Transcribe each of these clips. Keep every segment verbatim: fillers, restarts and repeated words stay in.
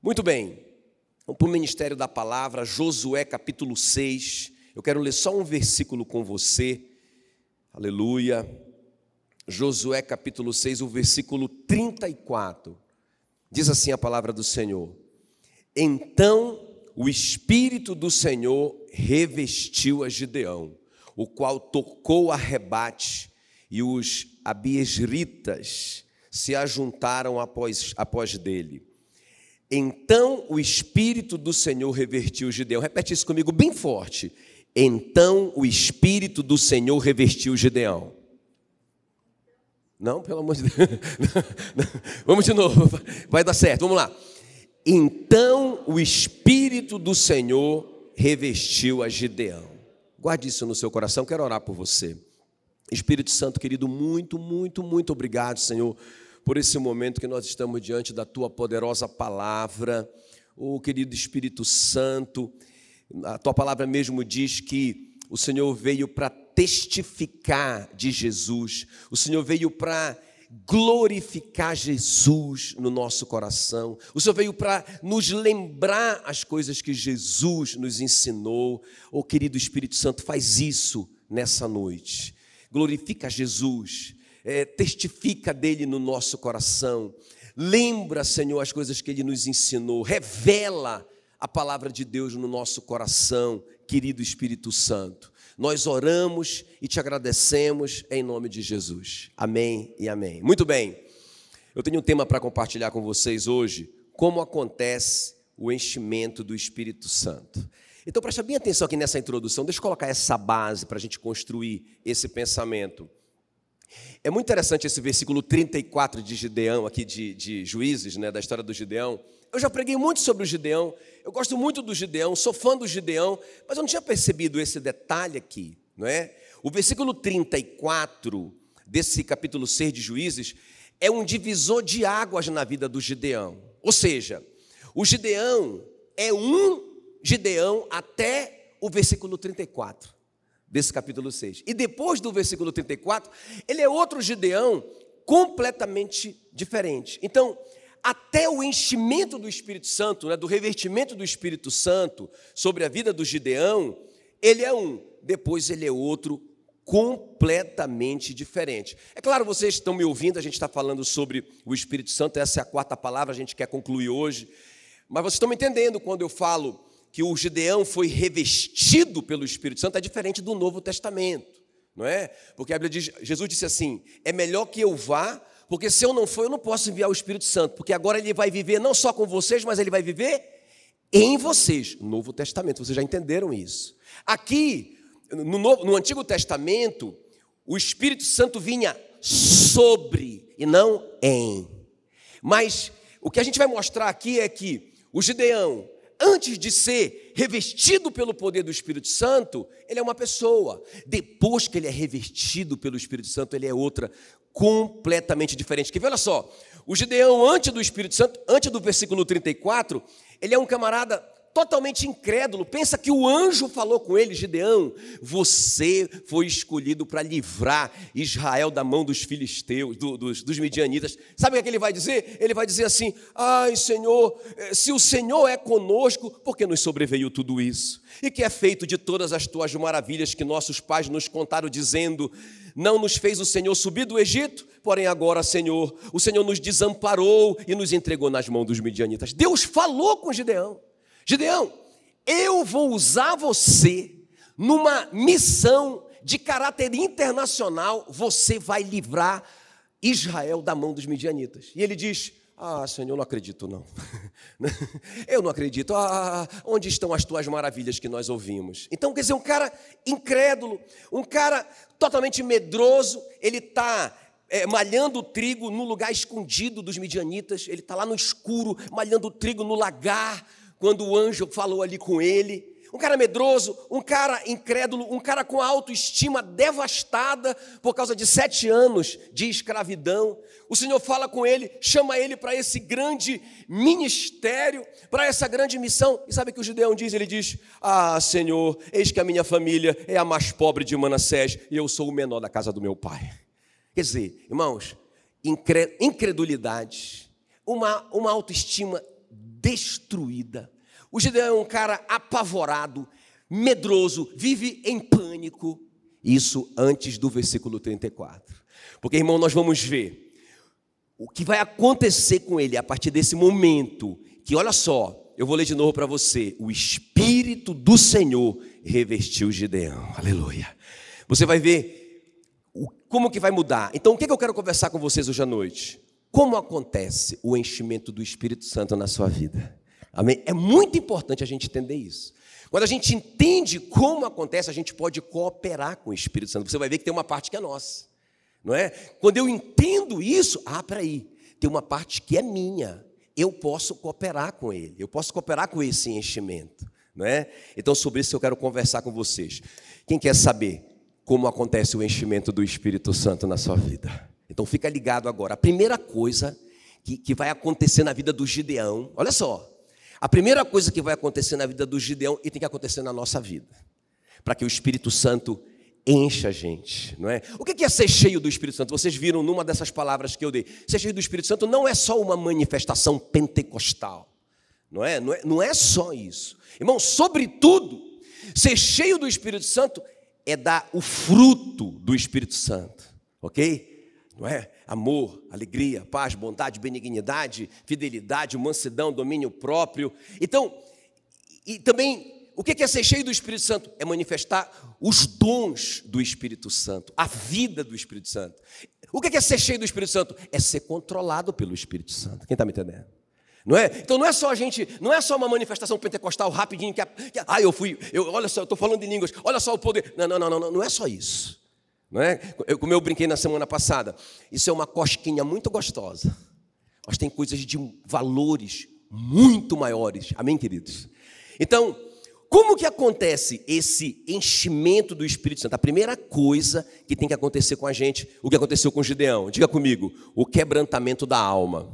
Muito bem, vamos para o Ministério da Palavra, Josué capítulo seis. Eu quero ler só um versículo com você. Aleluia. Josué capítulo seis, o versículo trinta e quatro. Diz assim a palavra do Senhor: Então o Espírito do Senhor revestiu a Gideão, o qual tocou a rebate, e os abiesritas se ajuntaram após, após dele. Então o Espírito do Senhor revestiu Gideão. Repete isso comigo bem forte. Então o Espírito do Senhor revestiu Gideão. Não, pelo amor de Deus. Vamos de novo, vai dar certo, vamos lá. Então o Espírito do Senhor revestiu a Gideão. Guarde isso no seu coração, quero orar por você. Espírito Santo querido, muito, muito, muito obrigado, Senhor, por esse momento que nós estamos diante da Tua poderosa palavra. Oh, querido Espírito Santo, a Tua palavra mesmo diz que o Senhor veio para testificar de Jesus, o Senhor veio para glorificar Jesus no nosso coração, o Senhor veio para nos lembrar as coisas que Jesus nos ensinou. Oh, querido Espírito Santo, faz isso nessa noite, glorifica Jesus, é, testifica dele no nosso coração, lembra, Senhor, as coisas que ele nos ensinou, revela a palavra de Deus no nosso coração, querido Espírito Santo. Nós oramos e te agradecemos em nome de Jesus. Amém e amém. Muito bem, eu tenho um tema para compartilhar com vocês hoje: como acontece o enchimento do Espírito Santo. Então presta bem atenção aqui nessa introdução, deixa eu colocar essa base para a gente construir esse pensamento. É muito interessante esse versículo trinta e quatro de Gideão, aqui de, de Juízes, né, da história do Gideão. Eu já preguei muito sobre o Gideão, eu gosto muito do Gideão, sou fã do Gideão, mas eu não tinha percebido esse detalhe aqui, não é? O versículo trinta e quatro desse capítulo seis de Juízes é um divisor de águas na vida do Gideão. Ou seja, o Gideão é um Gideão até o versículo trinta e quatro desse capítulo seis. E depois do versículo trinta e quatro, ele é outro Gideão completamente diferente. Então, até o enchimento do Espírito Santo, né, do revestimento do Espírito Santo sobre a vida do Gideão, ele é um, depois ele é outro completamente diferente. É claro, vocês estão me ouvindo, a gente está falando sobre o Espírito Santo, essa é a quarta palavra, a gente quer concluir hoje, mas vocês estão me entendendo quando eu falo que o Gideão foi revestido pelo Espírito Santo, é diferente do Novo Testamento, não é? Porque a Bíblia diz, Jesus disse assim: é melhor que eu vá, porque se eu não for, eu não posso enviar o Espírito Santo, porque agora ele vai viver não só com vocês, mas ele vai viver em vocês. Novo Testamento, vocês já entenderam isso. Aqui, no, Novo, no Antigo Testamento, o Espírito Santo vinha sobre e não em. Mas o que a gente vai mostrar aqui é que o Gideão, antes de ser revestido pelo poder do Espírito Santo, ele é uma pessoa. Depois que ele é revestido pelo Espírito Santo, ele é outra, completamente diferente. Quer ver? Olha só, o Gideão, antes do Espírito Santo, antes do versículo trinta e quatro, ele é um camarada totalmente incrédulo. Pensa que o anjo falou com ele: Gideão, você foi escolhido para livrar Israel da mão dos filisteus, do, dos, dos midianitas. Sabe o que ele vai dizer? Ele vai dizer assim: ai, Senhor, se o Senhor é conosco, por que nos sobreveio tudo isso? E que é feito de todas as tuas maravilhas que nossos pais nos contaram, dizendo: não nos fez o Senhor subir do Egito? Porém agora, Senhor, o Senhor nos desamparou e nos entregou nas mãos dos midianitas. Deus falou com Gideão: Gideão, eu vou usar você numa missão de caráter internacional, você vai livrar Israel da mão dos midianitas. E ele diz: ah, Senhor, eu não acredito não, eu não acredito, ah, onde estão as tuas maravilhas que nós ouvimos? Então, quer dizer, um cara incrédulo, um cara totalmente medroso, ele está é, malhando o trigo no lugar escondido dos midianitas, ele está lá no escuro, malhando o trigo no lagar, quando o anjo falou ali com ele. Um cara medroso, um cara incrédulo, um cara com a autoestima devastada por causa de sete anos de escravidão. O Senhor fala com ele, chama ele para esse grande ministério, para essa grande missão. E sabe o que o Gideão diz? Ele diz: ah, Senhor, eis que a minha família é a mais pobre de Manassés e eu sou o menor da casa do meu pai. Quer dizer, irmãos, incredulidade, uma, uma autoestima destruída. O Gideão é um cara apavorado, medroso, vive em pânico. Isso antes do versículo trinta e quatro. Porque, irmão, nós vamos ver o que vai acontecer com ele a partir desse momento. Que, olha só, eu vou ler de novo para você. O Espírito do Senhor revestiu Gideão. Aleluia. Você vai ver como que vai mudar. Então, o que eu quero conversar com vocês hoje à noite? Como acontece o enchimento do Espírito Santo na sua vida? Amém? É muito importante a gente entender isso. Quando a gente entende como acontece, a gente pode cooperar com o Espírito Santo. Você vai ver que tem uma parte que é nossa, não é? Quando eu entendo isso, ah, peraí, tem uma parte que é minha. Eu posso cooperar com ele, eu posso cooperar com esse enchimento, não é? Então, sobre isso eu quero conversar com vocês. Quem quer saber como acontece o enchimento do Espírito Santo na sua vida? Então, fica ligado agora. A primeira coisa que, que vai acontecer na vida do Gideão, olha só. A primeira coisa que vai acontecer na vida do Gideão e tem que acontecer na nossa vida, para que o Espírito Santo encha a gente, não é? O que é ser cheio do Espírito Santo? Vocês viram numa dessas palavras que eu dei. Ser cheio do Espírito Santo não é só uma manifestação pentecostal, não é? Não é, não é só isso. Irmão, sobretudo, ser cheio do Espírito Santo é dar o fruto do Espírito Santo, ok? Não é? Amor, alegria, paz, bondade, benignidade, fidelidade, mansidão, domínio próprio. Então, e também, o que é ser cheio do Espírito Santo? É manifestar os dons do Espírito Santo, a vida do Espírito Santo. O que é ser cheio do Espírito Santo? É ser controlado pelo Espírito Santo. Quem está me entendendo? Não é? Então não é só a gente, não é só uma manifestação pentecostal rapidinho que, que ah, eu fui, eu, olha só, eu estou falando em línguas, olha só o poder. Não, não, não, não, não é só isso. Não é? Eu, como eu brinquei na semana passada, isso é uma cosquinha muito gostosa, mas tem coisas de valores muito maiores, amém, queridos? Então, como que acontece esse enchimento do Espírito Santo? A primeira coisa que tem que acontecer com a gente, o que aconteceu com Gideão, diga comigo, o quebrantamento da alma.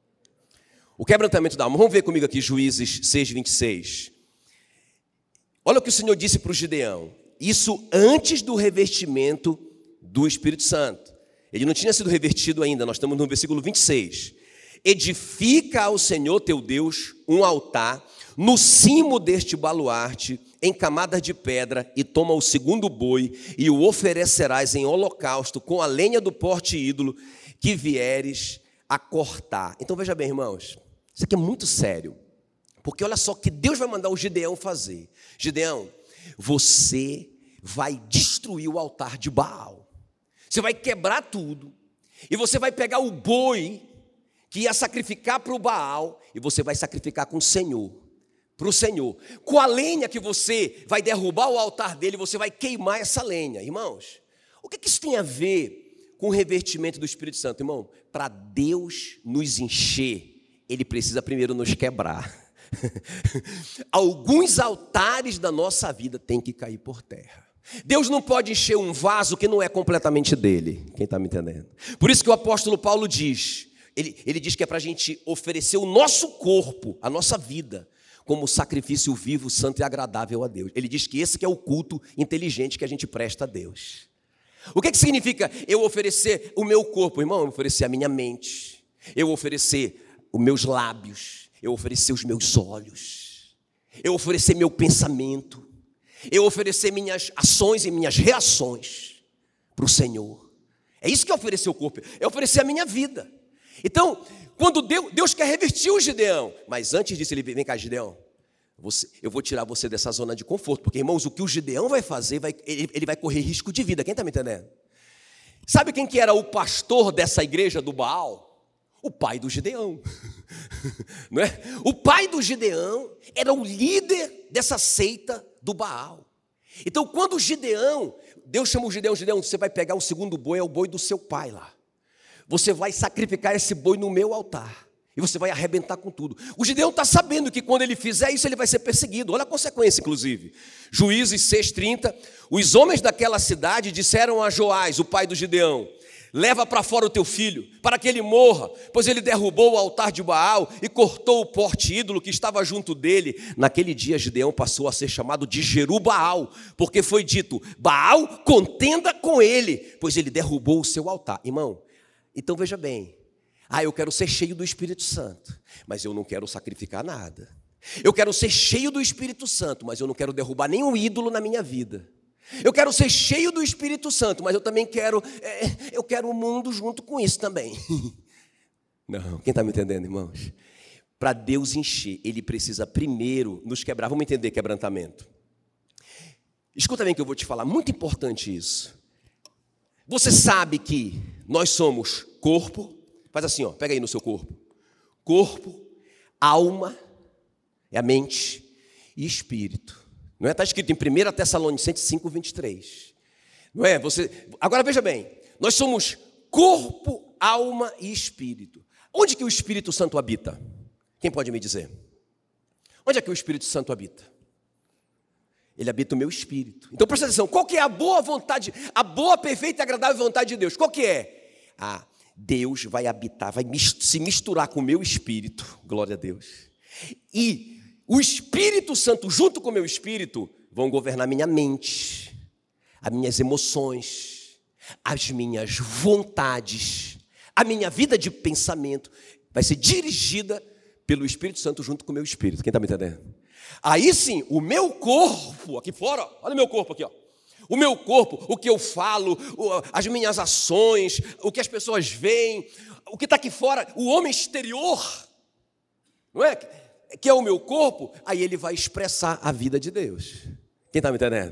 O quebrantamento da alma, vamos ver comigo aqui, Juízes seis, vinte e seis. Olha o que o Senhor disse para o Gideão. Isso antes do revestimento do Espírito Santo. Ele não tinha sido revestido ainda, nós estamos no versículo vinte e seis. Edifica ao Senhor teu Deus um altar no cimo deste baluarte, em camadas de pedra, e toma o segundo boi, e o oferecerás em holocausto com a lenha do porte ídolo que vieres a cortar. Então veja bem, irmãos, isso aqui é muito sério, porque olha só o que Deus vai mandar o Gideão fazer. Gideão, você vai destruir o altar de Baal. Você vai quebrar tudo. E você vai pegar o boi que ia sacrificar para o Baal. E você vai sacrificar com o Senhor. Para o Senhor. Com a lenha que você vai derrubar o altar dele, você vai queimar essa lenha. Irmãos, o que isso tem a ver com o revestimento do Espírito Santo? Irmão, para Deus nos encher, Ele precisa primeiro nos quebrar. Alguns altares da nossa vida têm que cair por terra. Deus não pode encher um vaso que não é completamente dele. Quem está me entendendo? Por isso que o apóstolo Paulo diz, ele, ele diz que é para a gente oferecer o nosso corpo, a nossa vida, como sacrifício vivo, santo e agradável a Deus. Ele diz que esse que é o culto inteligente que a gente presta a Deus. O que, que significa eu oferecer o meu corpo? Irmão, eu oferecer a minha mente, eu oferecer os meus lábios, eu oferecer os meus olhos, eu oferecer meu pensamento, eu oferecer minhas ações e minhas reações para o Senhor. É isso que é oferecer o corpo, é oferecer a minha vida. Então, quando Deus, Deus quer revestir o Gideão, mas antes disso ele vem, vem cá, Gideão, você, eu vou tirar você dessa zona de conforto, porque, irmãos, o que o Gideão vai fazer, vai, ele, ele vai correr risco de vida. Quem está me entendendo? Sabe quem que era o pastor dessa igreja do Baal? O pai do Gideão. Não é? O pai do Gideão era o líder dessa seita do Baal. Então, quando o Gideão, Deus chama o Gideão, Gideão, você vai pegar o segundo boi, é o boi do seu pai lá. Você vai sacrificar esse boi no meu altar. E você vai arrebentar com tudo. O Gideão está sabendo que quando ele fizer isso, ele vai ser perseguido. Olha a consequência, inclusive. Juízes seis, trinta. Os homens daquela cidade disseram a Joás, o pai do Gideão: leva para fora o teu filho, para que ele morra, pois ele derrubou o altar de Baal e cortou o porte ídolo que estava junto dele. Naquele dia, Gideão passou a ser chamado de Jerubaal, porque foi dito: Baal, contenda com ele, pois ele derrubou o seu altar. Irmão, então veja bem, Ah, eu quero ser cheio do Espírito Santo, mas eu não quero sacrificar nada. Eu quero ser cheio do Espírito Santo, mas eu não quero derrubar nenhum ídolo na minha vida. Eu quero ser cheio do Espírito Santo, mas eu também quero, é, eu quero o mundo junto com isso também. Não, quem está me entendendo, irmãos? Para Deus encher, Ele precisa primeiro nos quebrar. Vamos entender quebrantamento. Escuta bem que eu vou te falar, muito importante isso. Você sabe que nós somos corpo, faz assim, ó, pega aí no seu corpo. Corpo, alma, é a mente e espírito. Não é? Está escrito em primeira Tessalonicenses cinco, vinte e três. Não é? Você... Agora veja bem, nós somos corpo, alma e espírito. Onde que o Espírito Santo habita? Quem pode me dizer? Onde é que o Espírito Santo habita? Ele habita o meu espírito. Então presta atenção, qual que é a boa vontade, a boa, perfeita e agradável vontade de Deus? Qual que é? Ah, Deus vai habitar, vai se misturar com o meu espírito, glória a Deus. E o Espírito Santo, junto com o meu espírito, vão governar minha mente, as minhas emoções, as minhas vontades, a minha vida de pensamento, vai ser dirigida pelo Espírito Santo junto com o meu espírito. Quem está me entendendo? Aí sim, o meu corpo, aqui fora, olha o meu corpo aqui, ó. O meu corpo, o que eu falo, as minhas ações, o que as pessoas veem, o que está aqui fora, o homem exterior, não é? Que é o meu corpo, aí ele vai expressar a vida de Deus. Quem está me entendendo?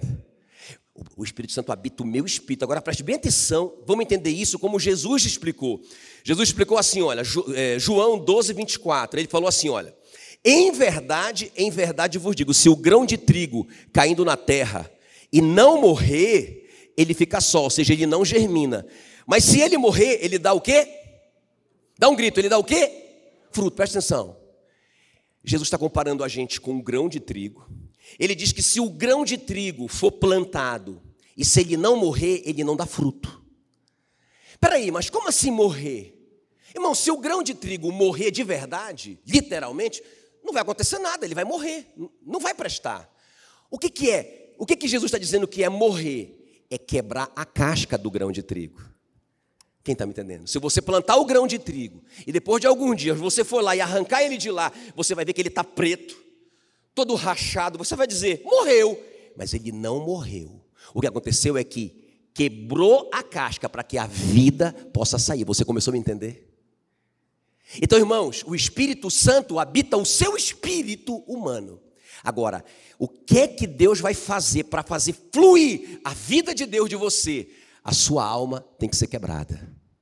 O Espírito Santo habita o meu espírito. Agora preste bem atenção, vamos entender isso como Jesus explicou. Jesus explicou assim, olha, João doze, vinte e quatro, ele falou assim, olha, em verdade, em verdade vos digo, se o grão de trigo caindo na terra e não morrer, ele fica só, ou seja, ele não germina. Mas se ele morrer, ele dá o quê? Dá um grito, ele dá o quê? Fruto, presta atenção. Jesus está comparando a gente com um grão de trigo. Ele diz que se o grão de trigo for plantado e se ele não morrer, ele não dá fruto. Espera aí, mas como assim morrer? Irmão, se o grão de trigo morrer de verdade, literalmente, não vai acontecer nada, ele vai morrer, não vai prestar. O que, que é? O que, que Jesus está dizendo que é morrer? É quebrar a casca do grão de trigo. Quem está me entendendo? Se você plantar o grão de trigo e depois de alguns dias você for lá e arrancar ele de lá, você vai ver que ele está preto, todo rachado, você vai dizer, morreu. Mas ele não morreu. O que aconteceu é que quebrou a casca para que a vida possa sair. Você começou a me entender? Então, irmãos, o Espírito Santo habita o seu espírito humano. Agora, o que é que Deus vai fazer para fazer fluir a vida de Deus de você? A sua alma tem que ser quebrada.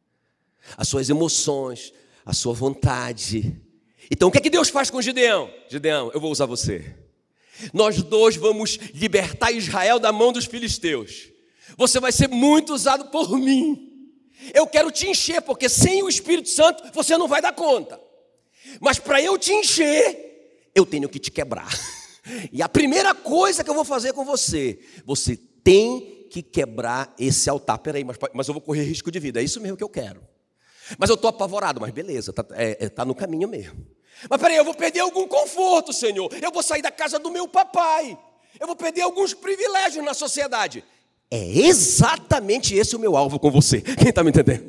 As suas emoções, a sua vontade. Então, o que é que Deus faz com Gideão? Gideão, eu vou usar você. Nós dois vamos libertar Israel da mão dos filisteus. Você vai ser muito usado por mim. Eu quero te encher, porque sem o Espírito Santo você não vai dar conta. Mas para eu te encher, eu tenho que te quebrar. E a primeira coisa que eu vou fazer com você, você tem que quebrar esse altar. Peraí, mas, mas eu vou correr risco de vida, é isso mesmo que eu quero. Mas eu estou apavorado, mas beleza, está é, tá no caminho mesmo. Mas peraí, eu vou perder algum conforto, Senhor. Eu vou sair da casa do meu papai. Eu vou perder alguns privilégios na sociedade. É exatamente esse o meu alvo com você. Quem está me entendendo?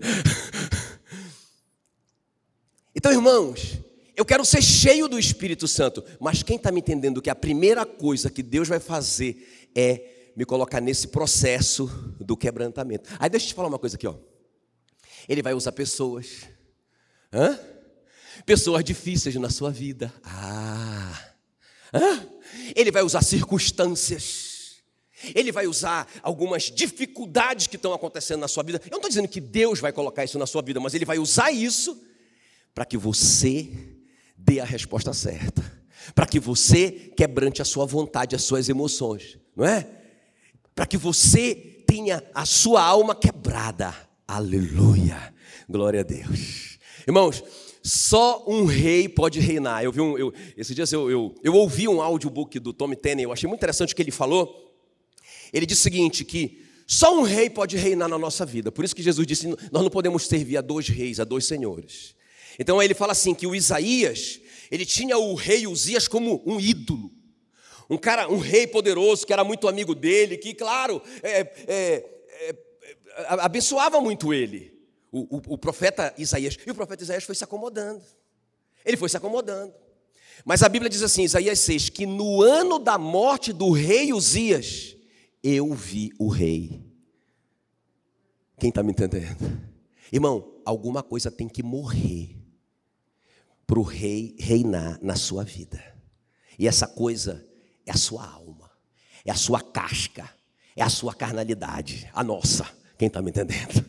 Então, irmãos, eu quero ser cheio do Espírito Santo. Mas quem está me entendendo que a primeira coisa que Deus vai fazer é me colocar nesse processo do quebrantamento. Aí deixa eu te falar uma coisa aqui, ó. Ele vai usar pessoas. Hã? Pessoas difíceis na sua vida. Ah. Hã? Ele vai usar circunstâncias. Ele vai usar algumas dificuldades que estão acontecendo na sua vida. Eu não estou dizendo que Deus vai colocar isso na sua vida, mas Ele vai usar isso para que você dê a resposta certa. Para que você quebrante a sua vontade, as suas emoções. Não é? Para que você tenha a sua alma quebrada. Aleluia. Glória a Deus. Irmãos, só um rei pode reinar. Eu vi um, eu, esses dias eu, eu, eu ouvi um audiobook do Tom Tenney. Eu achei muito interessante o que ele falou. Ele disse o seguinte, que só um rei pode reinar na nossa vida. Por isso que Jesus disse, nós não podemos servir a dois reis, a dois senhores. Então ele fala assim, que o Isaías, ele tinha o rei Uzias como um ídolo. Um cara, um rei poderoso, que era muito amigo dele, que, claro, é, é, é, abençoava muito ele. o, o, o profeta Isaías. E o profeta Isaías foi se acomodando. Ele foi se acomodando. Mas a Bíblia diz assim, Isaías seis, que no ano da morte do rei Uzias, eu vi o rei. Quem está me entendendo? Irmão, alguma coisa tem que morrer para o rei reinar na sua vida. E essa coisa é a sua alma, é a sua casca, é a sua carnalidade, a nossa. Quem está me entendendo?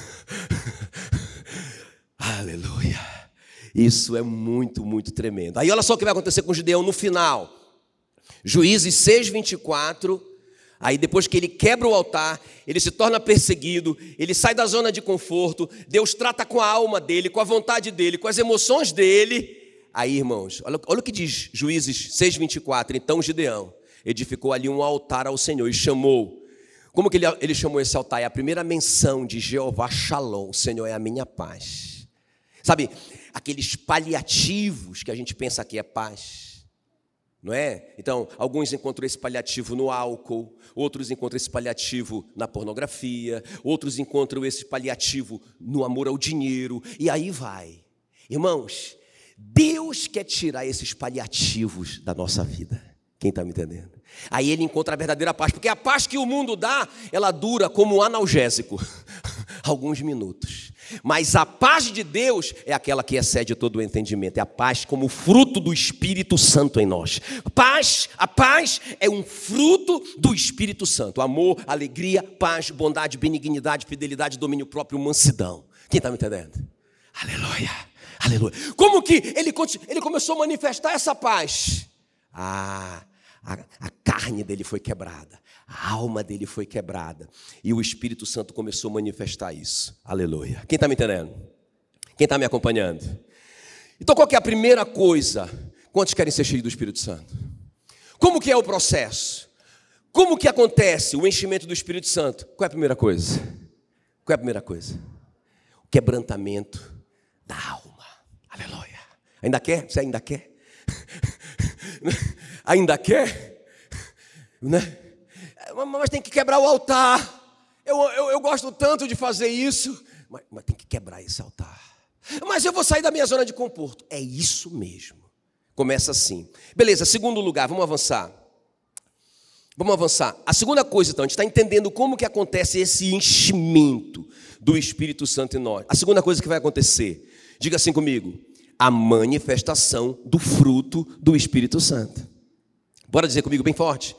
Aleluia. Isso é muito, muito tremendo. Aí olha só o que vai acontecer com o Gideão no final. Juízes seis, vinte e quatro. Aí depois que ele quebra o altar, ele se torna perseguido, ele sai da zona de conforto, Deus trata com a alma dele, com a vontade dele, com as emoções dele. Aí, irmãos, olha, olha o que diz Juízes seis, vinte e quatro. Então Gideão edificou ali um altar ao Senhor e chamou. Como que ele, ele chamou esse altar? É a primeira menção de Jeová Shalom, o Senhor é a minha paz. Sabe, aqueles paliativos que a gente pensa que é paz. Não é? Então, alguns encontram esse paliativo no álcool, outros encontram esse paliativo na pornografia, outros encontram esse paliativo no amor ao dinheiro, e aí vai. Irmãos, Deus quer tirar esses paliativos da nossa vida. Quem está me entendendo? Aí ele encontra a verdadeira paz, porque a paz que o mundo dá, ela dura como um analgésico, alguns minutos. Mas a paz de Deus é aquela que excede todo o entendimento. É a paz como fruto do Espírito Santo em nós. Paz, a paz é um fruto do Espírito Santo. Amor, alegria, paz, bondade, benignidade, fidelidade, domínio próprio, mansidão. Quem está me entendendo? Aleluia, aleluia. Como que ele, ele começou a manifestar essa paz? Ah, a, a carne dele foi quebrada. A alma dele foi quebrada. E o Espírito Santo começou a manifestar isso. Aleluia. Quem está me entendendo? Quem está me acompanhando? Então qual que é a primeira coisa? Quantos querem ser cheios do Espírito Santo? Como que é o processo? Como que acontece o enchimento do Espírito Santo? Qual é a primeira coisa? Qual é a primeira coisa? O quebrantamento da alma. Aleluia. Ainda quer? Você ainda quer? Ainda quer? Né? Mas tem que quebrar o altar. Eu, eu, eu gosto tanto de fazer isso. Mas, mas tem que quebrar esse altar. Mas eu vou sair da minha zona de conforto. É isso mesmo. Começa assim. Beleza, segundo lugar, vamos avançar. Vamos avançar. A segunda coisa, então, a gente está entendendo como que acontece esse enchimento do Espírito Santo em nós. A segunda coisa que vai acontecer, diga assim comigo, a manifestação do fruto do Espírito Santo. Bora dizer comigo bem forte.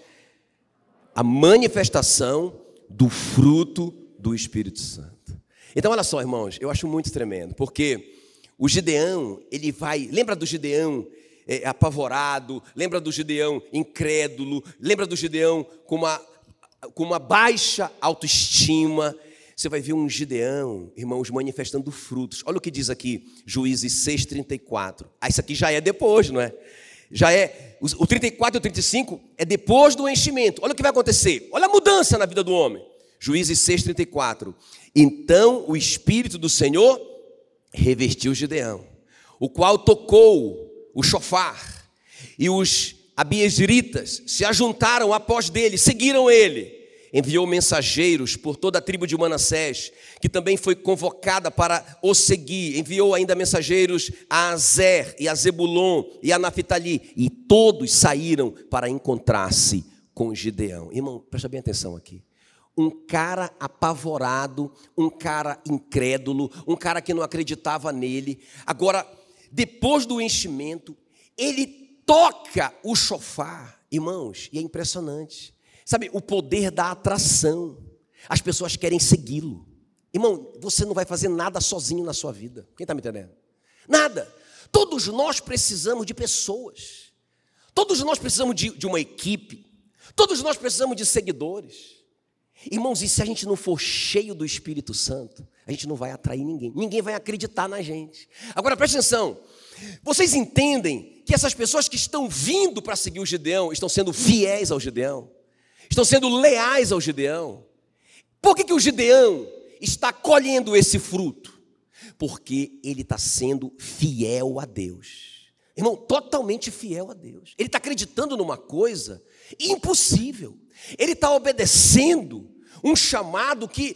A manifestação do fruto do Espírito Santo. Então, olha só, irmãos, eu acho muito tremendo, porque o Gideão, ele vai, lembra do Gideão é, apavorado, lembra do Gideão incrédulo, lembra do Gideão com uma, com uma baixa autoestima. Você vai ver um Gideão, irmãos, manifestando frutos. Olha o que diz aqui, Juízes seis, trinta e quatro. Ah, isso aqui já é depois, não é? Já é, o trinta e quatro e o trinta e cinco é depois do enchimento. Olha o que vai acontecer, olha a mudança na vida do homem. Juízes seis, trinta e quatro. Então o Espírito do Senhor revestiu Gideão, o qual tocou o chofar, e os abiezritas se ajuntaram após dele, seguiram ele. Enviou mensageiros por toda a tribo de Manassés, que também foi convocada para o seguir. Enviou ainda mensageiros a Azer e a Zebulon e a Naphtali. E todos saíram para encontrar-se com Gideão. Irmão, presta bem atenção aqui. Um cara apavorado, um cara incrédulo, um cara que não acreditava nele. Agora, depois do enchimento, ele toca o chofar. Irmãos, e é impressionante. Sabe, o poder da atração. As pessoas querem segui-lo. Irmão, você não vai fazer nada sozinho na sua vida. Quem está me entendendo? Nada. Todos nós precisamos de pessoas. Todos nós precisamos de, de uma equipe. Todos nós precisamos de seguidores. Irmãos, e se a gente não for cheio do Espírito Santo, a gente não vai atrair ninguém. Ninguém vai acreditar na gente. Agora, presta atenção. Vocês entendem que essas pessoas que estão vindo para seguir o Gideão estão sendo fiéis ao Gideão? Estão sendo leais ao Gideão. Por que que o Gideão está colhendo esse fruto? Porque ele está sendo fiel a Deus. Irmão, totalmente fiel a Deus. Ele está acreditando numa coisa impossível. Ele está obedecendo um chamado que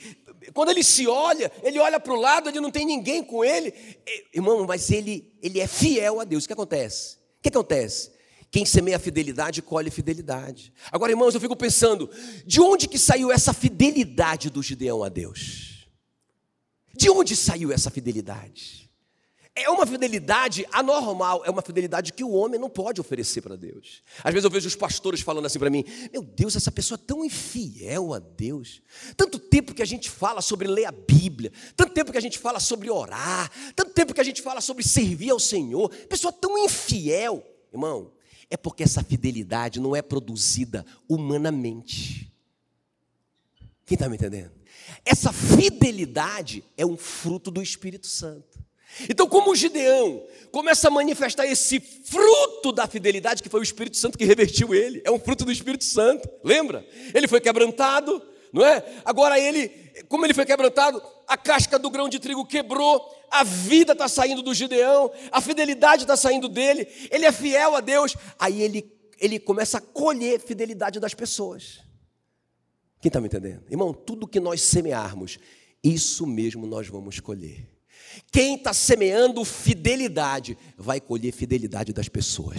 Quando ele se olha, ele olha para o lado, ele não tem ninguém com ele. Irmão, mas ele, ele é fiel a Deus. O que acontece? O que acontece? Quem semeia fidelidade, colhe fidelidade. Agora, irmãos, eu fico pensando, de onde que saiu essa fidelidade do Gideão a Deus? De onde saiu essa fidelidade? É uma fidelidade anormal, é uma fidelidade que o homem não pode oferecer para Deus. Às vezes eu vejo os pastores falando assim para mim, meu Deus, essa pessoa é tão infiel a Deus. Tanto tempo que a gente fala sobre ler a Bíblia, tanto tempo que a gente fala sobre orar, tanto tempo que a gente fala sobre servir ao Senhor, pessoa tão infiel. Irmão, é porque essa fidelidade não é produzida humanamente. Quem está me entendendo? Essa fidelidade é um fruto do Espírito Santo. Então, como o Gideão começa a manifestar esse fruto da fidelidade, que foi o Espírito Santo que revestiu ele, é um fruto do Espírito Santo, lembra? Ele foi quebrantado, não é? Agora ele, como ele foi quebrantado, a casca do grão de trigo quebrou, a vida está saindo do Gideão, a fidelidade está saindo dele, ele é fiel a Deus, aí ele, ele começa a colher fidelidade das pessoas. Quem está me entendendo? Irmão, tudo que nós semearmos, isso mesmo nós vamos colher. Quem está semeando fidelidade, vai colher fidelidade das pessoas.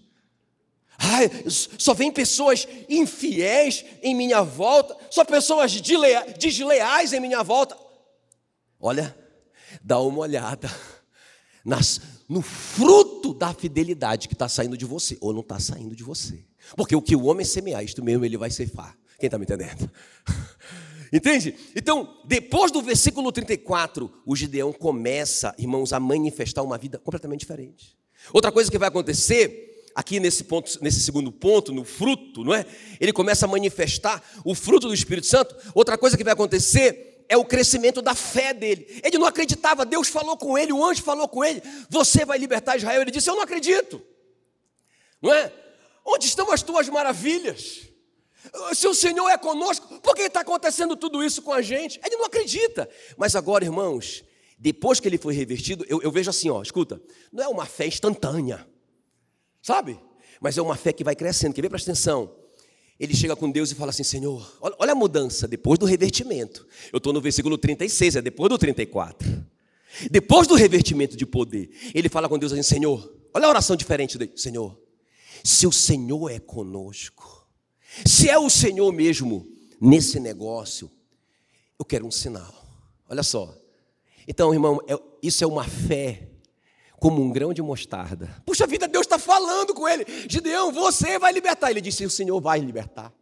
Ai, só vem pessoas infiéis em minha volta, só pessoas desleais em minha volta. Olha, dá uma olhada nas, no fruto da fidelidade que está saindo de você, ou não está saindo de você. Porque o que o homem semear, isto mesmo ele vai ceifar. Quem está me entendendo? Entende? Então, depois do versículo trinta e quatro, o Gideão começa, irmãos, a manifestar uma vida completamente diferente. Outra coisa que vai acontecer, aqui nesse, ponto, nesse segundo ponto, no fruto, não é? Ele começa a manifestar o fruto do Espírito Santo. Outra coisa que vai acontecer é o crescimento da fé dele. Ele não acreditava, Deus falou com ele, o anjo falou com ele, você vai libertar Israel. Ele disse, eu não acredito. Não é? Onde estão as tuas maravilhas? Se o Senhor é conosco, por que está acontecendo tudo isso com a gente? Ele não acredita. Mas agora, irmãos, depois que ele foi revestido, eu, eu vejo assim, ó, escuta, não é uma fé instantânea, sabe? Mas é uma fé que vai crescendo. Quer ver? Presta atenção. Ele chega com Deus e fala assim, Senhor, olha, olha a mudança, depois do revestimento. Eu estou no versículo trinta e seis, é depois do trinta e quatro. Depois do revestimento de poder, ele fala com Deus assim, Senhor, olha a oração diferente dele. Senhor, se o Senhor é conosco, se é o Senhor mesmo nesse negócio, eu quero um sinal. Olha só. Então, irmão, é, isso é uma fé como um grão de mostarda. Puxa vida, Deus está falando com ele. Gideão, você vai libertar. Ele disse, o Senhor vai libertar.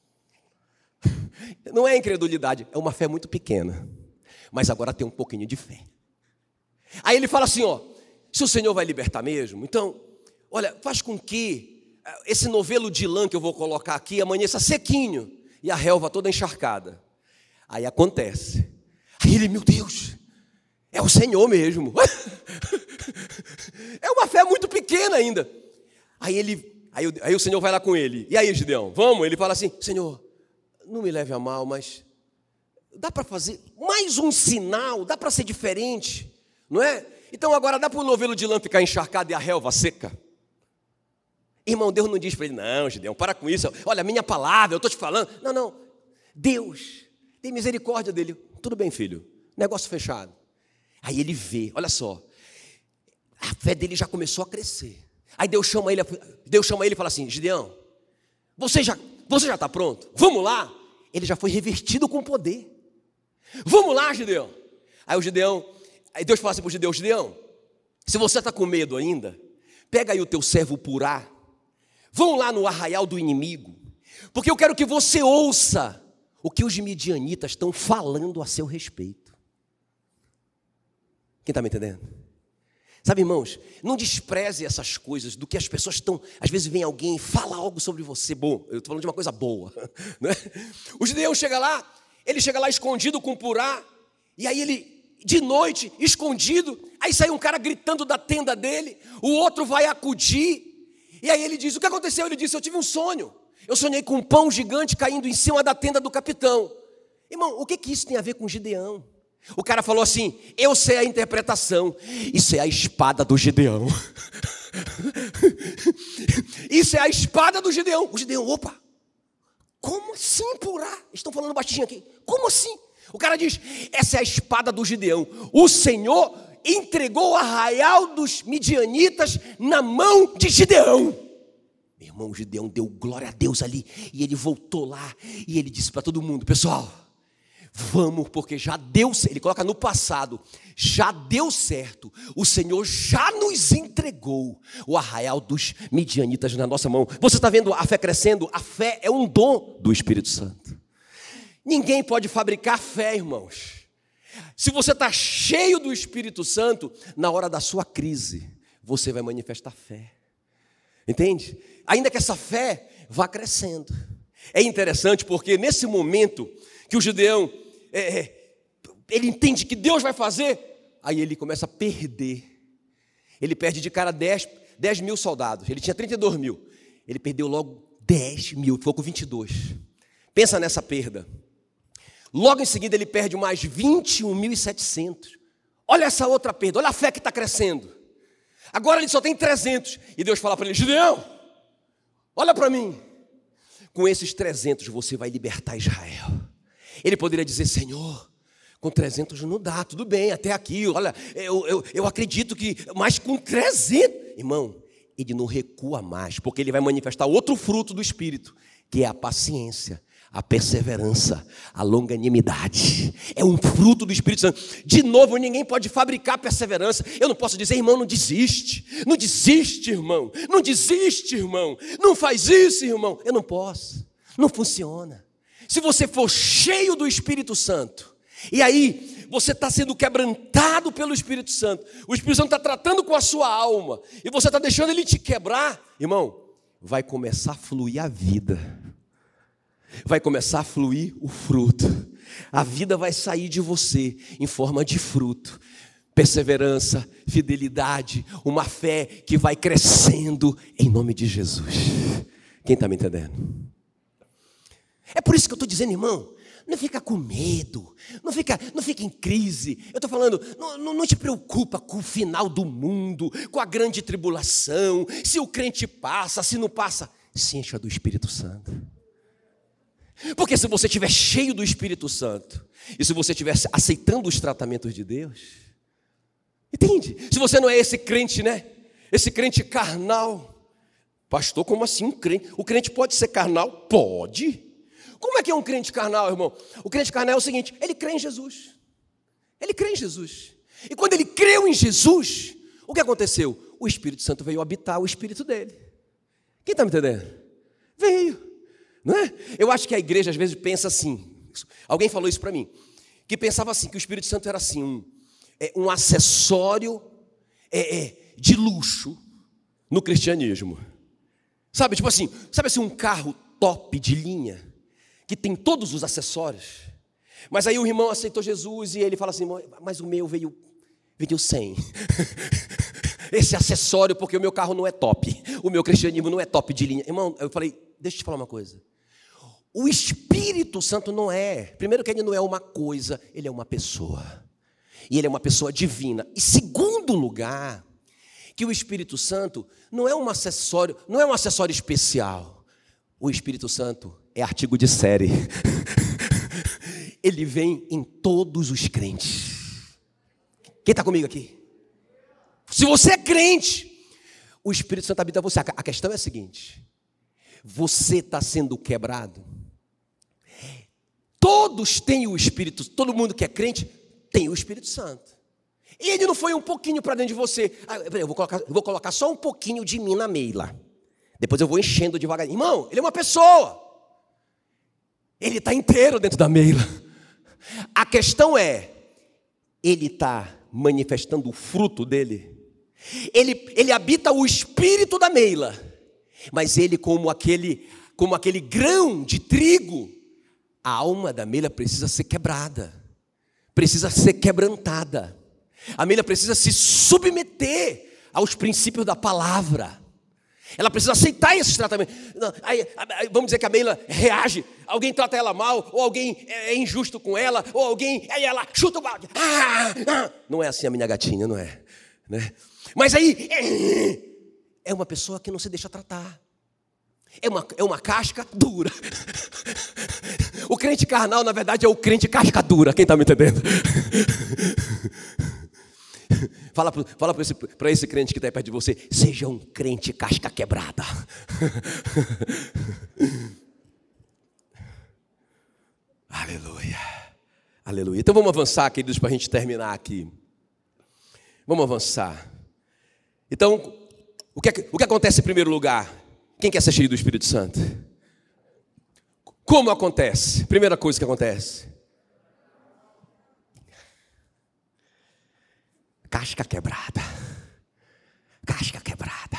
Não é incredulidade, é uma fé muito pequena. Mas agora tem um pouquinho de fé. Aí ele fala assim, ó, se o Senhor vai libertar mesmo, então, olha, faz com que esse novelo de lã que eu vou colocar aqui amanheça sequinho e a relva toda encharcada. Aí acontece. Aí ele, meu Deus, é o Senhor mesmo. É uma fé muito pequena ainda. Aí ele, aí, aí o Senhor vai lá com ele. E aí, Gideão, vamos? Ele fala assim, Senhor, não me leve a mal, mas dá para fazer mais um sinal, dá para ser diferente, não é? Então agora dá para o novelo de lã ficar encharcado e a relva seca? Irmão, Deus não diz para ele, não, Gideão, para com isso. Olha, a minha palavra, eu estou te falando. Não, não. Deus tem misericórdia dele. Tudo bem, filho. Negócio fechado. Aí ele vê, olha só. A fé dele já começou a crescer. Aí Deus chama ele, Deus chama ele e fala assim, Gideão, você já você já está pronto? Vamos lá. Ele já foi revestido com poder. Vamos lá, Gideão. Aí o Gideão, aí Deus fala assim para o Gideão, Gideão, se você está com medo ainda, pega aí o teu servo Purá, vão lá no arraial do inimigo, porque eu quero que você ouça o que os midianitas estão falando a seu respeito. Quem está me entendendo? Sabe, irmãos, não despreze essas coisas do que as pessoas estão... Às vezes vem alguém e fala algo sobre você. Bom, eu estou falando de uma coisa boa, né? O Gideão chega lá, ele chega lá escondido com Purá, e aí ele... de noite, escondido, aí sai um cara gritando da tenda dele, o outro vai acudir, e aí ele diz, o que aconteceu? Ele disse, eu tive um sonho, eu sonhei com um pão gigante caindo em cima da tenda do capitão. Irmão, o que que isso tem a ver com Gideão? O cara falou assim, eu sei a interpretação, isso é a espada do Gideão. Isso é a espada do Gideão. O Gideão, opa, como assim, Purá? Estão falando baixinho aqui, como assim? O cara diz, essa é a espada do Gideão. O Senhor entregou o arraial dos midianitas na mão de Gideão. Meu irmão, Gideão deu glória a Deus ali. E ele voltou lá e ele disse para todo mundo, pessoal, vamos, porque já deu certo. Ele coloca no passado, já deu certo. O Senhor já nos entregou o arraial dos midianitas na nossa mão. Você está vendo a fé crescendo? A fé é um dom do Espírito Santo. Ninguém pode fabricar fé, irmãos. Se você está cheio do Espírito Santo, na hora da sua crise, você vai manifestar fé. Entende? Ainda que essa fé vá crescendo. É interessante porque nesse momento que o Gideão, é, ele entende que Deus vai fazer, aí ele começa a perder. Ele perde de cara dez, dez mil soldados. Ele tinha trinta e dois mil. Ele perdeu logo dez mil, ficou com vinte e dois. Pensa nessa perda. Logo em seguida ele perde mais vinte e um mil e setecentos. Olha essa outra perda, olha a fé que está crescendo. Agora ele só tem trezentos. E Deus fala para ele, Gideão, olha para mim. Com esses trezentos você vai libertar Israel. Ele poderia dizer, Senhor, com trezentos não dá, tudo bem, até aqui, olha, eu, eu, eu acredito que, mas com trezentos, irmão, ele não recua mais, porque ele vai manifestar outro fruto do Espírito, que é a paciência, a perseverança, a longanimidade. É um fruto do Espírito Santo. De novo, ninguém pode fabricar perseverança. Eu não posso dizer, irmão, não desiste. Não desiste, irmão. Não desiste, irmão. Não faz isso, irmão. Eu não posso. Não funciona. Se você for cheio do Espírito Santo, e aí você está sendo quebrantado pelo Espírito Santo, o Espírito Santo está tratando com a sua alma, e você está deixando ele te quebrar, irmão, vai começar a fluir a vida. Vai começar a fluir o fruto. A vida vai sair de você em forma de fruto. Perseverança, fidelidade, uma fé que vai crescendo em nome de Jesus. Quem está me entendendo? É por isso que eu estou dizendo, irmão, não fica com medo, não fica, não fica em crise. Eu estou falando, não, não, não te preocupa com o final do mundo, com a grande tribulação, se o crente passa, se não passa. Se encha do Espírito Santo. Porque se você estiver cheio do Espírito Santo, e se você estiver aceitando os tratamentos de Deus, entende? Se você não é esse crente, né? Esse crente carnal. Pastor, como assim um crente? O crente pode ser carnal? Pode. Como é que é um crente carnal, irmão? O crente carnal é o seguinte, ele crê em Jesus. Ele crê em Jesus. E quando ele creu em Jesus, o que aconteceu? O Espírito Santo veio habitar o espírito dele. Quem está me entendendo? Veio. Não é? Eu acho que a igreja às vezes pensa assim, alguém falou isso para mim, que pensava assim, que o Espírito Santo era assim, um, é, um acessório é, é, de luxo no cristianismo. Sabe, tipo assim, sabe assim, um carro top de linha, que tem todos os acessórios, mas aí o irmão aceitou Jesus e ele fala assim, mas o meu veio, veio sem. Esse acessório, porque o meu carro não é top, o meu cristianismo não é top de linha. Irmão, eu falei, deixa eu te falar uma coisa. O Espírito Santo não é, primeiro que ele não é uma coisa, ele é uma pessoa. E ele é uma pessoa divina. E segundo lugar, que o Espírito Santo não é um acessório, não é um acessório especial. O Espírito Santo é artigo de série. Ele vem em todos os crentes. Quem está comigo aqui? Se você é crente, o Espírito Santo habita você. A questão é a seguinte, você está sendo quebrado. Todos têm o Espírito, todo mundo que é crente tem o Espírito Santo. E ele não foi um pouquinho para dentro de você. Ah, eu, vou colocar, eu vou colocar só um pouquinho de mim na Meila. Depois eu vou enchendo devagar. Irmão, ele é uma pessoa. Ele está inteiro dentro da Meila. A questão é, ele está manifestando o fruto dele. Ele, ele habita o espírito da Meila. Mas ele como aquele, como aquele grão de trigo, a alma da Meila precisa ser quebrada, precisa ser quebrantada. A Meila precisa se submeter aos princípios da palavra. Ela precisa aceitar esses tratamentos. Não, aí, aí, vamos dizer que a Meila reage, alguém trata ela mal, ou alguém é injusto com ela, ou alguém, aí ela chuta o balde. Ah, ah. Não é assim a minha gatinha, não é, né? Mas aí é uma pessoa que não se deixa tratar. É uma, é uma casca dura. O crente carnal, na verdade, é o crente casca dura. Quem está me entendendo? Fala para fala esse, esse crente que está aí perto de você: seja um crente casca quebrada. Aleluia, aleluia. Então vamos avançar, queridos, para a gente terminar aqui. Vamos avançar. Então, o que, o que acontece em primeiro lugar? Quem quer ser cheio do Espírito Santo? Como acontece? Primeira coisa que acontece: casca quebrada. Casca quebrada.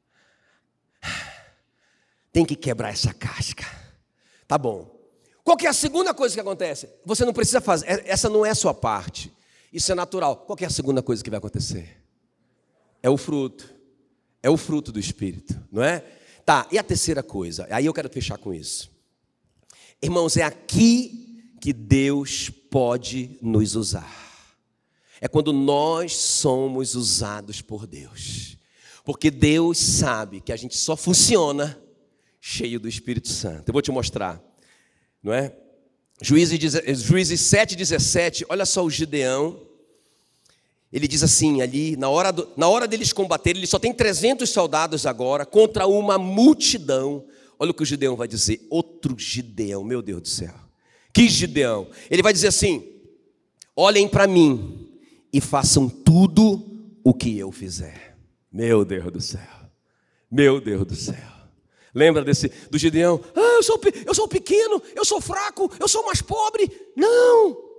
Tem que quebrar essa casca. Tá bom. Qual que é a segunda coisa que acontece? Você não precisa fazer, essa não é a sua parte. Isso é natural. Qual que é a segunda coisa que vai acontecer? É o fruto. É o fruto do Espírito, não é? Tá, e a terceira coisa? Aí eu quero fechar com isso. Irmãos, é aqui que Deus pode nos usar. É quando nós somos usados por Deus. Porque Deus sabe que a gente só funciona cheio do Espírito Santo. Eu vou te mostrar, não é? Juízes, Juízes sete, dezessete, olha só o Gideão. Ele diz assim ali, na hora, do, na hora deles combaterem, ele só tem trezentos soldados agora, contra uma multidão. Olha o que o Gideão vai dizer, outro Gideão, meu Deus do céu. Que Gideão? Ele vai dizer assim: olhem para mim e façam tudo o que eu fizer. Meu Deus do céu, meu Deus do céu. Lembra desse, do Gideão? Ah, eu sou, eu sou pequeno, eu sou fraco, eu sou mais pobre. Não.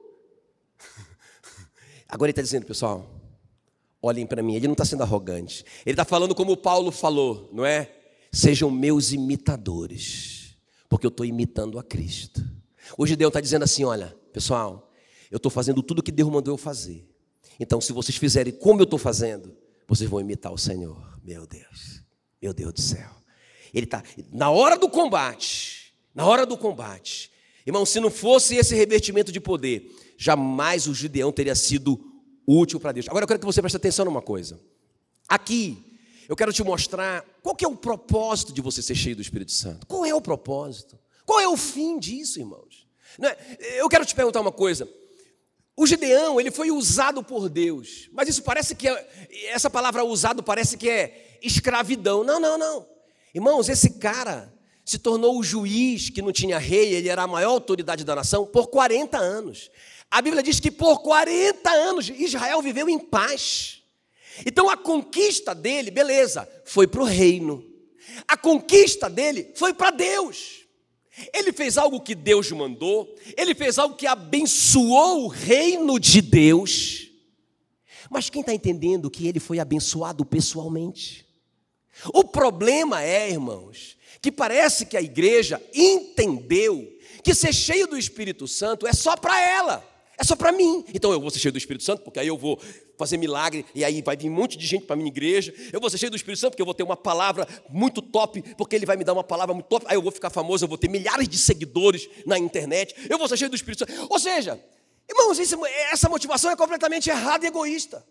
Agora ele está dizendo, pessoal, olhem para mim. Ele não está sendo arrogante. Ele está falando como o Paulo falou, não é? Sejam meus imitadores, porque eu estou imitando a Cristo. O Gideão está dizendo assim, olha, pessoal, eu estou fazendo tudo o que Deus mandou eu fazer. Então, se vocês fizerem como eu estou fazendo, vocês vão imitar o Senhor. Meu Deus, meu Deus do céu. Ele está, na hora do combate, na hora do combate, irmão, se não fosse esse revestimento de poder, jamais o Gideão teria sido útil para Deus. Agora eu quero que você preste atenção numa coisa. Aqui, eu quero te mostrar qual que é o propósito de você ser cheio do Espírito Santo. Qual é o propósito? Qual é o fim disso, irmãos? Eu quero te perguntar uma coisa. O Gideão, ele foi usado por Deus, mas isso parece que, é, essa palavra usado parece que é escravidão. Não, não, não. Irmãos, esse cara se tornou o juiz que não tinha rei, ele era a maior autoridade da nação por quarenta anos. A Bíblia diz que por quarenta anos Israel viveu em paz. Então a conquista dele, beleza, foi para o reino. A conquista dele foi para Deus. Ele fez algo que Deus mandou, ele fez algo que abençoou o reino de Deus. Mas quem está entendendo que ele foi abençoado pessoalmente? O problema é, irmãos, que parece que a igreja entendeu que ser cheio do Espírito Santo é só para ela, é só para mim. Então eu vou ser cheio do Espírito Santo porque aí eu vou fazer milagre e aí vai vir um monte de gente para a minha igreja. Eu vou ser cheio do Espírito Santo porque eu vou ter uma palavra muito top, porque ele vai me dar uma palavra muito top. Aí eu vou ficar famoso, eu vou ter milhares de seguidores na internet. Eu vou ser cheio do Espírito Santo. Ou seja, irmãos, essa motivação é completamente errada e egoísta.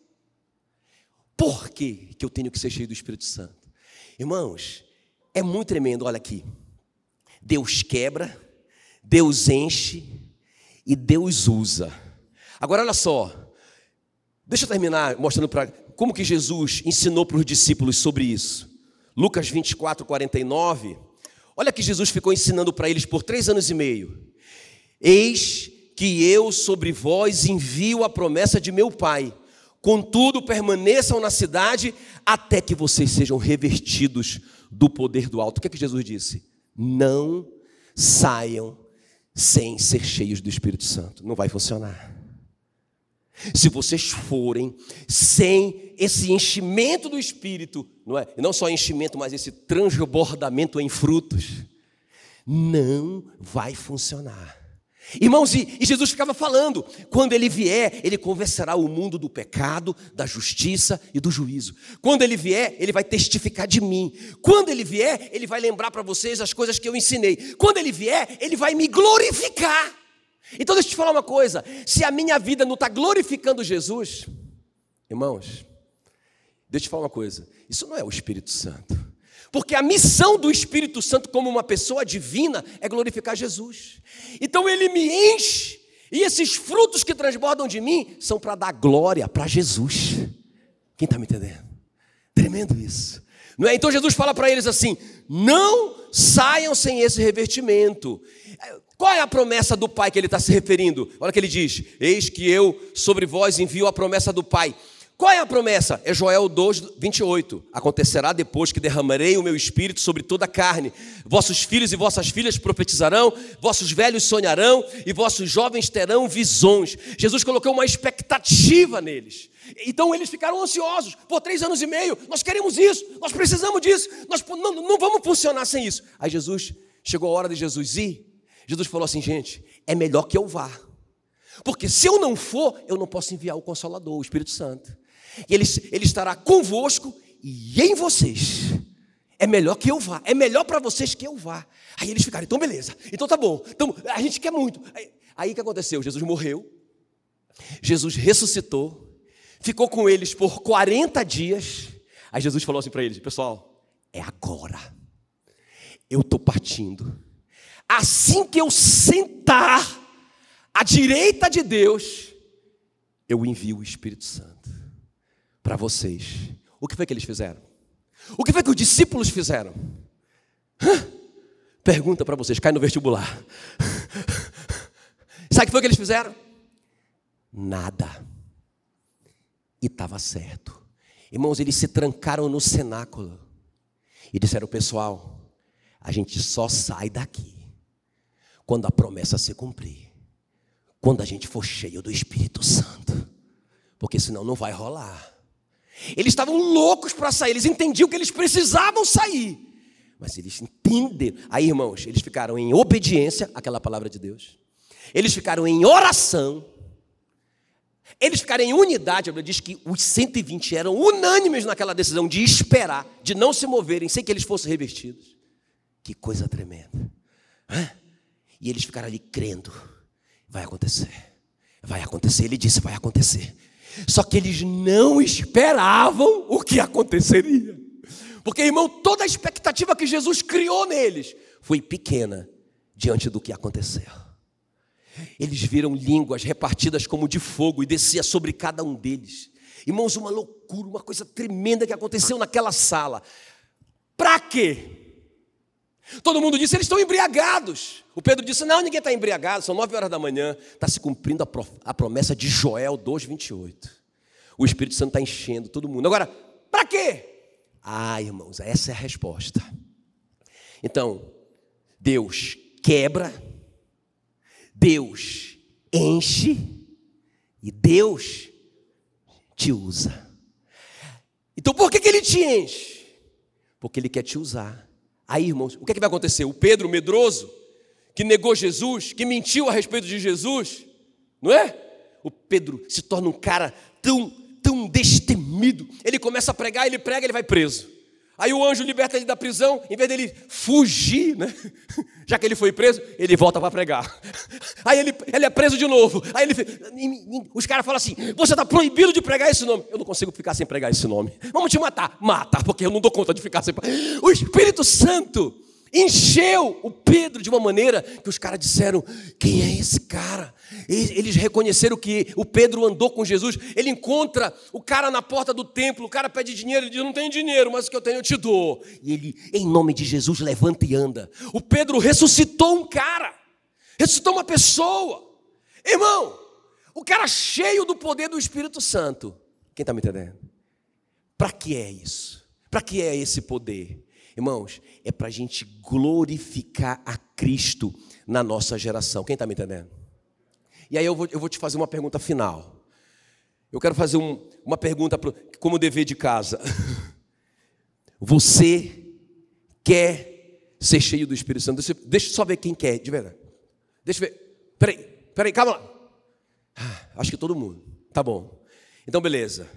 Por que que eu tenho que ser cheio do Espírito Santo? Irmãos, é muito tremendo, olha aqui. Deus quebra, Deus enche e Deus usa. Agora olha só, deixa eu terminar mostrando para como que Jesus ensinou para os discípulos sobre isso. Lucas vinte e quatro, quarenta e nove, olha que Jesus ficou ensinando para eles por três anos e meio. Eis que eu sobre vós envio a promessa de meu Pai. Contudo, permaneçam na cidade até que vocês sejam revestidos do poder do alto. O que é que Jesus disse? Não saiam sem ser cheios do Espírito Santo. Não vai funcionar. Se vocês forem sem esse enchimento do Espírito, não é? E não só enchimento, mas esse transbordamento em frutos, não vai funcionar. Irmãos, e Jesus ficava falando, quando ele vier, ele convencerá o mundo do pecado, da justiça e do juízo. Quando ele vier, ele vai testificar de mim. Quando ele vier, ele vai lembrar para vocês as coisas que eu ensinei. Quando ele vier, ele vai me glorificar. Então deixa eu te falar uma coisa, se a minha vida não está glorificando Jesus, irmãos, deixa eu te falar uma coisa, isso não é o Espírito Santo. Porque a missão do Espírito Santo como uma pessoa divina é glorificar Jesus. Então ele me enche, e esses frutos que transbordam de mim são para dar glória para Jesus. Quem está me entendendo? Tremendo isso. Não é? Então Jesus fala para eles assim: não saiam sem esse revestimento. Qual é a promessa do Pai que ele está se referindo? Olha o que ele diz: eis que eu sobre vós envio a promessa do Pai. Qual é a promessa? É Joel dois, vinte e oito. Acontecerá depois que derramarei o meu espírito sobre toda a carne. Vossos filhos e vossas filhas profetizarão, vossos velhos sonharão e vossos jovens terão visões. Jesus colocou uma expectativa neles. Então eles ficaram ansiosos por três anos e meio. Nós queremos isso, nós precisamos disso, nós não, não vamos funcionar sem isso. Aí Jesus, chegou a hora de Jesus ir. Jesus falou assim: gente, é melhor que eu vá. Porque se eu não for, eu não posso enviar o Consolador, o Espírito Santo. E ele, ele estará convosco e em vocês. É melhor que eu vá, é melhor para vocês que eu vá. Aí eles ficaram: então beleza, então tá bom, então, a gente quer muito. Aí o que aconteceu? Jesus morreu, Jesus ressuscitou, ficou com eles por quarenta dias. Aí Jesus falou assim para eles: pessoal, é agora, eu estou partindo. Assim que eu sentar à direita de Deus, eu envio o Espírito Santo para vocês. O que foi que eles fizeram? O que foi que os discípulos fizeram? Hã? Pergunta para vocês, cai no vestibular. Sabe o que foi que eles fizeram? Nada. E estava certo. Irmãos, eles se trancaram no cenáculo e disseram: pessoal, a gente só sai daqui quando a promessa se cumprir, quando a gente for cheio do Espírito Santo, porque senão não vai rolar. Eles estavam loucos para sair, eles entendiam que eles precisavam sair, mas eles entenderam. Aí, irmãos, eles ficaram em obediência àquela palavra de Deus, eles ficaram em oração, eles ficaram em unidade. A Bíblia diz que os cento e vinte eram unânimes naquela decisão de esperar, de não se moverem sem que eles fossem revestidos. Que coisa tremenda. Hã? E eles ficaram ali crendo: vai acontecer, vai acontecer. Ele disse: vai acontecer. Só que eles não esperavam o que aconteceria. Porque, irmão, toda a expectativa que Jesus criou neles foi pequena diante do que aconteceu. Eles viram línguas repartidas como de fogo e descia sobre cada um deles. Irmãos, uma loucura, uma coisa tremenda que aconteceu naquela sala. Para quê? Todo mundo disse: eles estão embriagados. O Pedro disse: não, ninguém está embriagado, são nove horas da manhã. Está se cumprindo a, pro, a promessa de Joel dois, vinte e oito. O Espírito Santo está enchendo todo mundo. Agora, para quê? Ah, irmãos, essa é a resposta. Então, Deus quebra, Deus enche e Deus te usa. Então, por que que Ele te enche? Porque Ele quer te usar. Aí, irmãos, o que é que vai acontecer? O Pedro medroso, que negou Jesus, que mentiu a respeito de Jesus, não é? O Pedro se torna um cara tão, tão destemido. Ele começa a pregar, ele prega, ele vai preso. Aí o anjo liberta ele da prisão, em vez dele fugir, né? Já que ele foi preso, ele volta para pregar. Aí ele, ele é preso de novo. Aí ele, os caras falam assim: você está proibido de pregar esse nome. Eu não consigo ficar sem pregar esse nome. Vamos te matar. Mata, porque eu não dou conta de ficar sem. O Espírito Santo encheu o Pedro de uma maneira que os caras disseram: quem é esse cara? Eles reconheceram que o Pedro andou com Jesus. Ele encontra o cara na porta do templo, o cara pede dinheiro, ele diz: não tenho dinheiro, mas o que eu tenho eu te dou. E ele, em nome de Jesus, levanta e anda. O Pedro ressuscitou um cara, ressuscitou uma pessoa. Irmão, o cara cheio do poder do Espírito Santo. Quem está me entendendo? Para que é isso? Para que é esse poder? Irmãos, é para a gente glorificar a Cristo na nossa geração. Quem está me entendendo? E aí eu vou, eu vou te fazer uma pergunta final. Eu quero fazer um, uma pergunta pro, como dever de casa. Você quer ser cheio do Espírito Santo? Deixa, deixa eu só ver quem quer, de verdade. Deixa eu ver. Peraí, peraí, calma lá. Ah, acho que todo mundo. Tá bom. Então, beleza.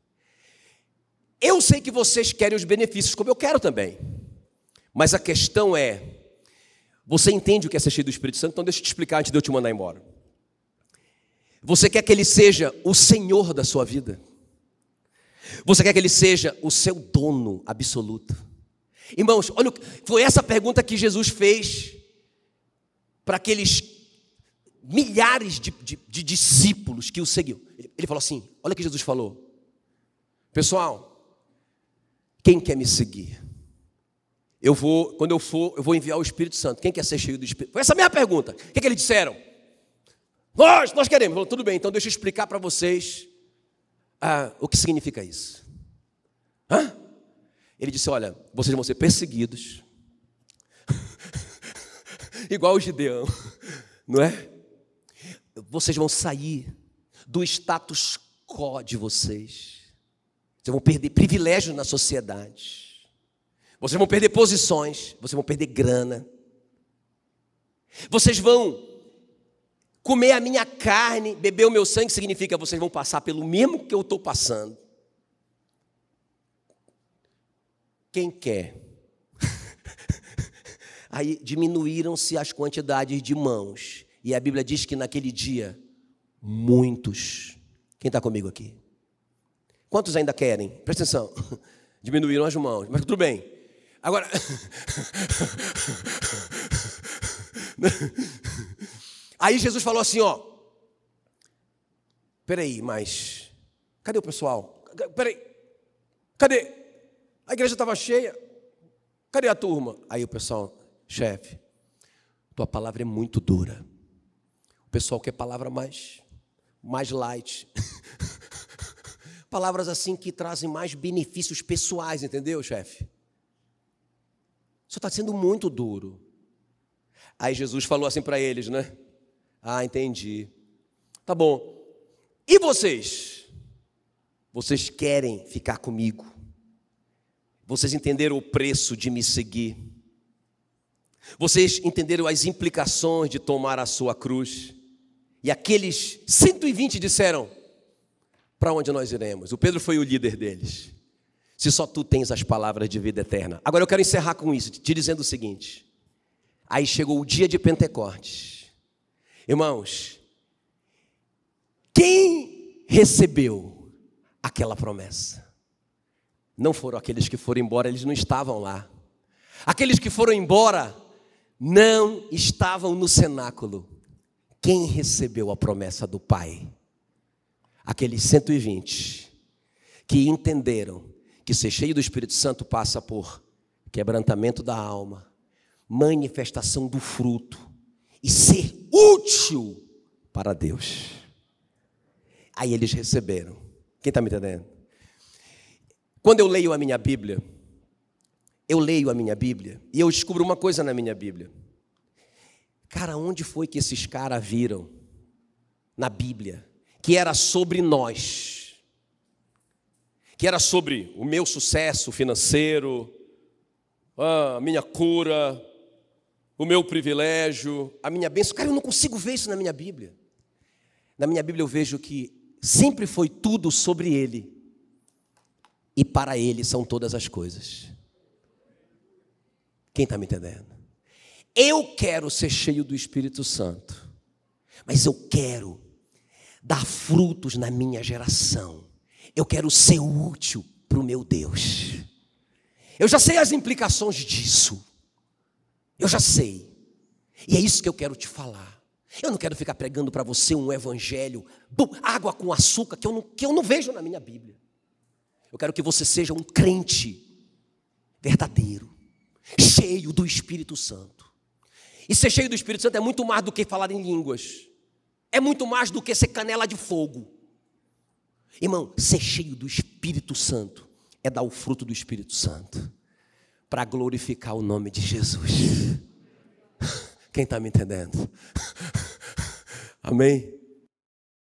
Eu sei que vocês querem os benefícios, como eu quero também. Mas a questão é, você entende o que é ser cheio do Espírito Santo? Então deixa eu te explicar antes de eu te mandar embora. Você quer que Ele seja o Senhor da sua vida? Você quer que Ele seja o seu dono absoluto? Irmãos, olha, foi essa pergunta que Jesus fez para aqueles milhares de, de, de discípulos que o seguiam. Ele, ele falou assim, olha o que Jesus falou. Pessoal, quem quer me seguir? Eu vou, quando eu for, eu vou enviar o Espírito Santo. Quem quer ser cheio do Espírito? Foi essa a minha pergunta. O que, que eles disseram? Nós, nós queremos. Falou, tudo bem, então deixa eu explicar para vocês ah, o que significa isso. Hã? Ele disse, olha, vocês vão ser perseguidos. Igual o Gideão, não é? Vocês vão sair do status quo de vocês. Vocês vão perder privilégios na sociedade. Vocês vão perder posições. Vocês vão perder grana. Vocês vão comer a minha carne, beber o meu sangue, significa vocês vão passar pelo mesmo que eu estou passando. Quem quer? Aí diminuíram-se as quantidades de mãos. E a Bíblia diz que naquele dia, muitos. Quem está comigo aqui? Quantos ainda querem? Presta atenção. Diminuíram as mãos, mas tudo bem. Agora, aí Jesus falou assim, ó. Peraí, mas cadê o pessoal? Peraí, cadê? A igreja estava cheia. Cadê a turma? Aí o pessoal, chefe, tua palavra é muito dura. O pessoal quer palavra mais, mais light. Palavras assim que trazem mais benefícios pessoais, entendeu, chefe? Isso está sendo muito duro. Aí Jesus falou assim para eles, né? Ah, entendi. Tá bom. E vocês? Vocês querem ficar comigo? Vocês entenderam o preço de me seguir? Vocês entenderam as implicações de tomar a sua cruz? E aqueles cento e vinte disseram, para onde nós iremos? O Pedro foi o líder deles. Se só tu tens as palavras de vida eterna. Agora eu quero encerrar com isso, te dizendo o seguinte. Aí chegou o dia de Pentecostes. Irmãos, quem recebeu aquela promessa? Não foram aqueles que foram embora, eles não estavam lá. Aqueles que foram embora não estavam no cenáculo. Quem recebeu a promessa do Pai? Aqueles cento e vinte que entenderam que ser cheio do Espírito Santo passa por quebrantamento da alma, manifestação do fruto e ser útil para Deus. Aí eles receberam. Quem está me entendendo? Quando eu leio a minha Bíblia, eu leio a minha Bíblia e eu descubro uma coisa na minha Bíblia. Cara, onde foi que esses caras viram na Bíblia que era sobre nós? Que era sobre o meu sucesso financeiro, a minha cura, o meu privilégio, a minha bênção. Cara, eu não consigo ver isso na minha Bíblia. Na minha Bíblia eu vejo que sempre foi tudo sobre Ele. E para Ele são todas as coisas. Quem está me entendendo? Eu quero ser cheio do Espírito Santo. Mas eu quero dar frutos na minha geração. Eu quero ser útil para o meu Deus. Eu já sei as implicações disso. Eu já sei. E é isso que eu quero te falar. Eu não quero ficar pregando para você um evangelho, água com açúcar, que eu, não, que eu não vejo na minha Bíblia. Eu quero que você seja um crente verdadeiro, cheio do Espírito Santo. E ser cheio do Espírito Santo é muito mais do que falar em línguas. É muito mais do que ser canela de fogo. Irmão, ser cheio do Espírito Santo é dar o fruto do Espírito Santo para glorificar o nome de Jesus. Quem está me entendendo? Amém?